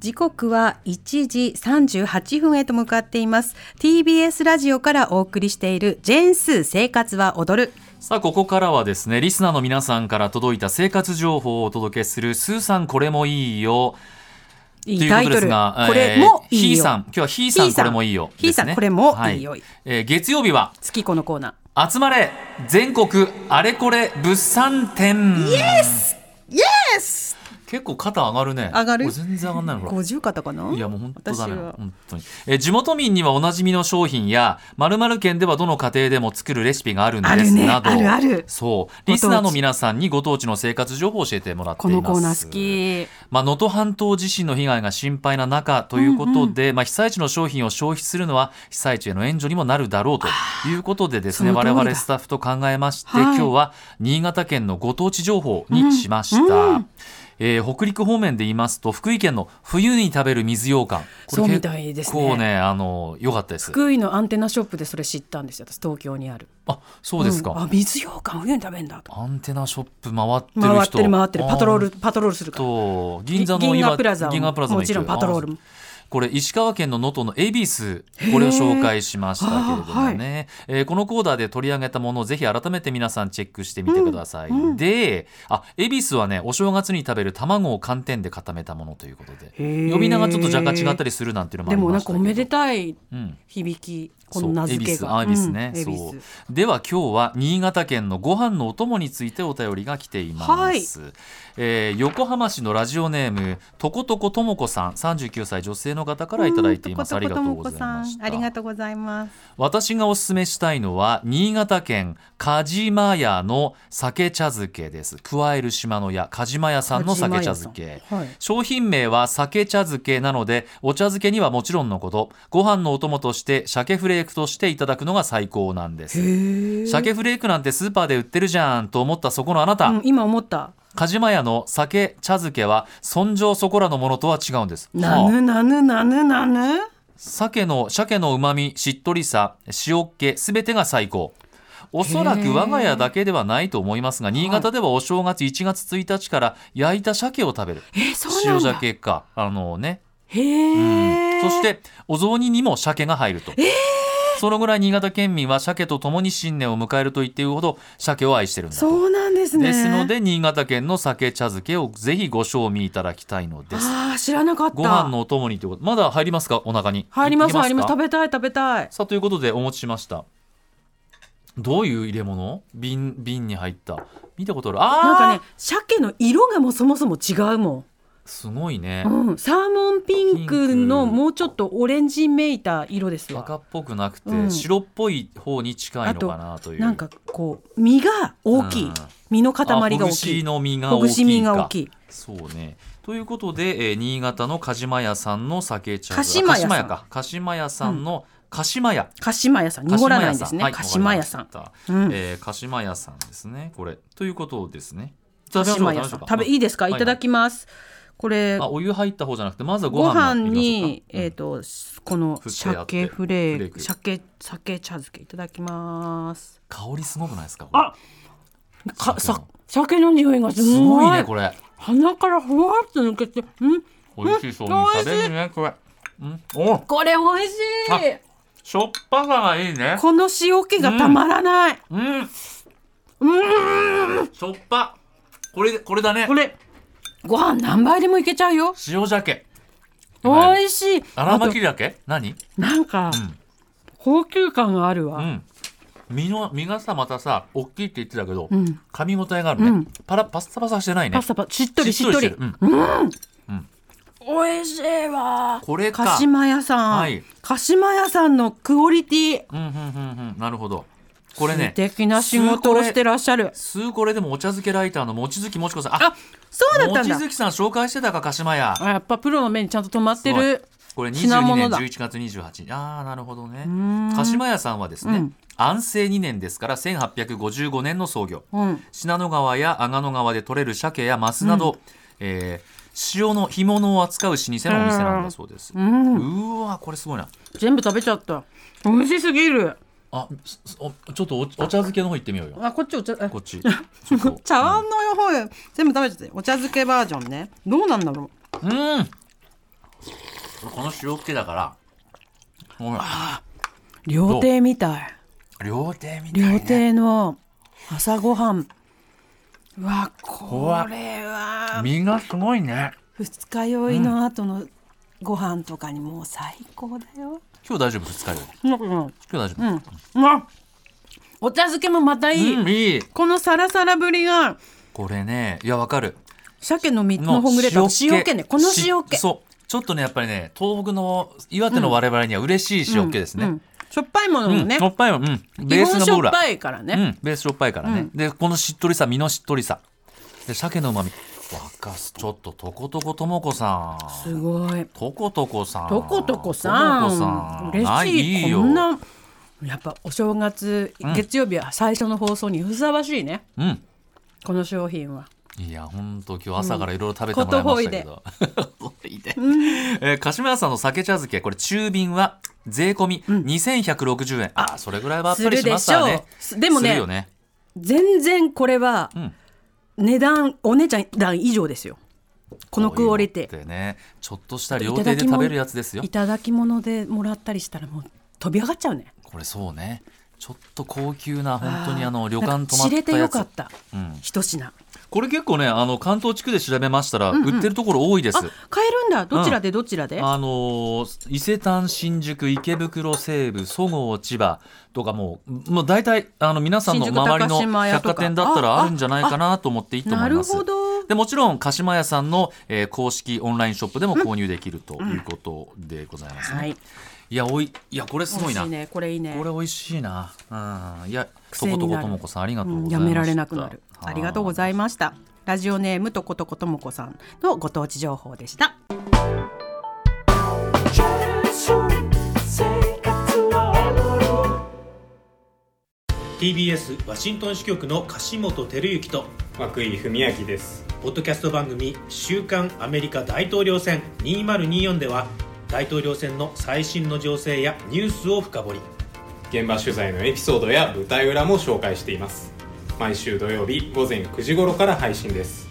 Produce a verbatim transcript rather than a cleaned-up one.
時刻はいちじさんじゅうはっぷんへと向かっています。 ティービーエス ラジオからお送りしているジェーンスー生活は踊る。 さあここからはですね、リスナーの皆さんから届いた生活情報をお届けするスーさんこれもいいよいいタイトル。 ということですが、 これもいいよ、 ひーさん、今日はひーさんこれもいいよですね。 ひーさんこれもいいよ、 はい。えー、月曜日は月このコーナー集まれ全国あれこれ物産展。 ー。イエスイエス。 結構肩上がるね。 上がる。 これ全然上がんないの。ほらごじゅう肩かな。 いやもう本当だね。 私は本当に。え地元民にはおなじみの商品や〇〇県ではどの家庭でも作るレシピがあるんですあるねなど、 あるある。 そうリスナーの皆さんにご当地の生活情報を教えてもらっています。 このコーナー好き。 まあ、能登半島地震の被害が心配な中ということで、うんうんまあ、被災地の商品を消費するのは被災地への援助にもなるだろうということでですね、我々スタッフと考えまして、はい、今日は新潟県のご当地情報にしました。うんうんえー、北陸方面で言いますと福井県の冬に食べる水羊羹、これそうみたいですね。 結構ねあの良かったです。 福井のアンテナショップでそれ知ったんですよ、私東京にある。 あ、そうですか、 うん、あ水羊羹冬に食べんだと。 アンテナショップ回ってる人回ってる回ってるパトロールパトロールするからと銀座の銀河プラザ銀河プラザももちろんパトロールも。 これ石川県の能登の恵比寿、これを紹介しましたけれどもね、はいえー、このコーナーで取り上げたものをぜひ改めて皆さんチェックしてみてください、うんうん、であ恵比寿はねお正月に食べる卵を寒天で固めたものということで呼び名がちょっと若干違ったりするなんていうのもありましたけど、 でもなんかおめでたい響き、うんこの名付けが恵比寿ね、うん、そうでは今日は新潟県のご飯のお供についてお便りが来ています、はいえー、横浜市のラジオネームとことこともこさんさんじゅうきゅうさい女性の方からいただいています。ありがとうございました。 ありがとうございます。 私がおすすめしたいのは新潟県梶間屋の酒茶漬けです。加える島の屋梶間屋さんの酒茶漬け、はい、商品名は酒茶漬けなのでお茶漬けにはもちろんのことご飯のお供として鮭フレークとしていただくのが最高なんです。鮭フレークなんてスーパーで売ってるじゃんと思ったそこのあなた、うん、 今思った梶間屋の酒茶漬けはそんじょうそこらのものとは違うんです。 なぬなぬなぬなぬ鮭の鮭のうまみしっとりさ塩っ気すべてが最高。おそらく我が家だけではないと思いますが新潟ではお正月いちがつついたちから焼いた鮭を食べる。 えー、そうなんだ。 塩鮭かあのねへー、 うん、そしてお雑煮にも鮭が入ると、 えーそのぐらい新潟県民は鮭と共に新年を迎えると言っているほど鮭を愛してるんだと。 そうなんですね。 ですので新潟県の鮭茶漬けをぜひご賞味いただきたいのです。 あー知らなかった。 ご飯のお供にということ。まだ入りますかお腹に。 入ります入ります。食べたい食べたい。 さあということでお持ちしました。どういう入れ物？瓶瓶に入った見たことある。あーなんかね鮭の色がもうそもそも違うもん。 すごいね、 うん、サーモンピンクのもうちょっとオレンジめいた色ですわ。 赤っぽくなくて、うん、白っぽい方に近いのかなという。 なんかこう身が大きい、うん、身の塊が大きい。ほぐしの身が大きいか。ほぐし身が大きい。 そうね。ということで、えー、新潟の梶間屋さんの酒茶鹿島屋さんか鹿島屋さんの鹿島屋、 鹿島屋さん濁らないんですね。鹿島屋さん、 うんえー、鹿島屋さんですねこれということですね。 鹿島屋さん食べいいですか、うん、いただきます、はいはい。これあお湯入った方じゃなくてまずはご飯のご飯に、うんえー、とこの鮭フレーク鮭鮭茶漬けいただきます。 香りすごくないですか。 あかさ鮭の匂いがすごい。 すごいねこれ。 鼻からふわっと抜けて、うん美味しそうに食べるねこれ、うん、おこれ美味しい。 しょっぱさがいいね。 この塩気がたまらない。 うん、うんうん、 しょっぱこれこれだね。 これご飯何杯でもいけちゃうよ。 塩鮭美味しい。 荒巻き鮭何なんか、うん、高級感があるわ、 うん、身の身がさまたさ大きいって言ってたけど、うん、噛み応えがあるね、うん、パラパッサパサしてないね。 パサパしっとりしっとり、うんうんうん、美味しいわ。 これか鹿島屋さん、はい、鹿島屋さんのクオリティ、 うんうんうんうん、なるほど。これね素敵な仕事をしてらっしゃる。 スーコレでもお茶漬けライターの望月もちこさん。 あ、そうだったんだ。 望月さん紹介してたか鹿島屋。 やっぱプロの目にちゃんと止まってる。 これにじゅうにねんじゅういちがつにじゅうはちにち。ああなるほどね。鹿島屋さんはですね、うん、安政にねんですからせんはっぴゃくごじゅうごねんの創業、うん、信濃川や阿賀野川で採れる鮭やマスなど、うんえー、塩の干物を扱う老舗のお店なんだそうです、うん、うわこれすごいな。 全部食べちゃった。美味しすぎる。 あちょっと お, お茶漬けの方行ってみようよ。 あこっちお茶こっち茶碗の方へ全部食べちゃって。お茶漬けバージョンね。どうなんだろう。 うんこの塩っ気だからあ料亭みたい料亭みたい、ね、 料亭の朝ごはん。うわこれは身がすごいね。 二日酔いの後のご飯とかにもう最高だよ。 今日大丈夫？二日酔い、 うん、 今日大丈夫、 うんうん、お茶漬けもまたいい、 うん、いいこのサラサラぶりが。 これね、いやわかる。 鮭の身のほぐれた塩気ね。この塩気そうちょっとねやっぱりね東北の岩手の我々には嬉しい塩気ですね、うんうん、 しょっぱいものもね、 うん、しょっぱいも、うん、ベースのしょっぱいからね、 うん、ベースしょっぱいからね、うん、でこのしっとりさ、身のしっとりさで鮭のうまみ、若すちょっととことこともこさんすごい。 とことこさんとことこさん、ともこさん嬉しい。いいよ、こんなやっぱお正月、うん、月曜日は最初の放送にふさわしいね、うん、この商品は。いや本当今日朝からいろいろ食べてもらいましたけど、うん、えー、鹿島屋さんの鮭茶漬け、これ中瓶は税込みにせんひゃくろくじゅうえん、うん、あそれぐらいはやっぱりしますからね。 でも ね, ね全然これは値段、お値段以上ですよ、このクオリティ、 ね、ちょっとした料亭で食べるやつですよ。 いただき物でもらったりしたらもう飛び上がっちゃうね。 これそうね、ちょっと高級な本当にあの旅館泊まったやつ、 知れてよかった、 うん、 一品。 これ結構ね、あの関東地区で調べましたら、うんうん、売ってるところ多いです。あ、 買えるんだ。どちらでどちらで、 うん、あのー、伊勢丹、新宿、池袋西部、そごう、千葉とか、もうもう大体あの皆さんの周りの百貨店だったらあるんじゃないかなと思っていいと思います。 なるほど。 でもちろん鹿島屋さんの、えー、公式オンラインショップでも購入できるということでございますね、うんうん、はい。いやおいいやこれすごいな。 美味しいね、これいいね。 これ美味しいな。うん、いやとことこともこさんありがとうございました、うん、やめられなくなる。ありがとうございました。ラジオネームとことこともこさんのご当地情報でした。 ティービーエス ワシントン支局の樫本照之と涌井文明です。 ポッドキャスト番組週刊アメリカ大統領選にせんにじゅうよんでは大統領選の最新の情勢やニュースを深掘り、 現場取材のエピソードや舞台裏も紹介しています。毎週土曜日午前くじ頃から配信です。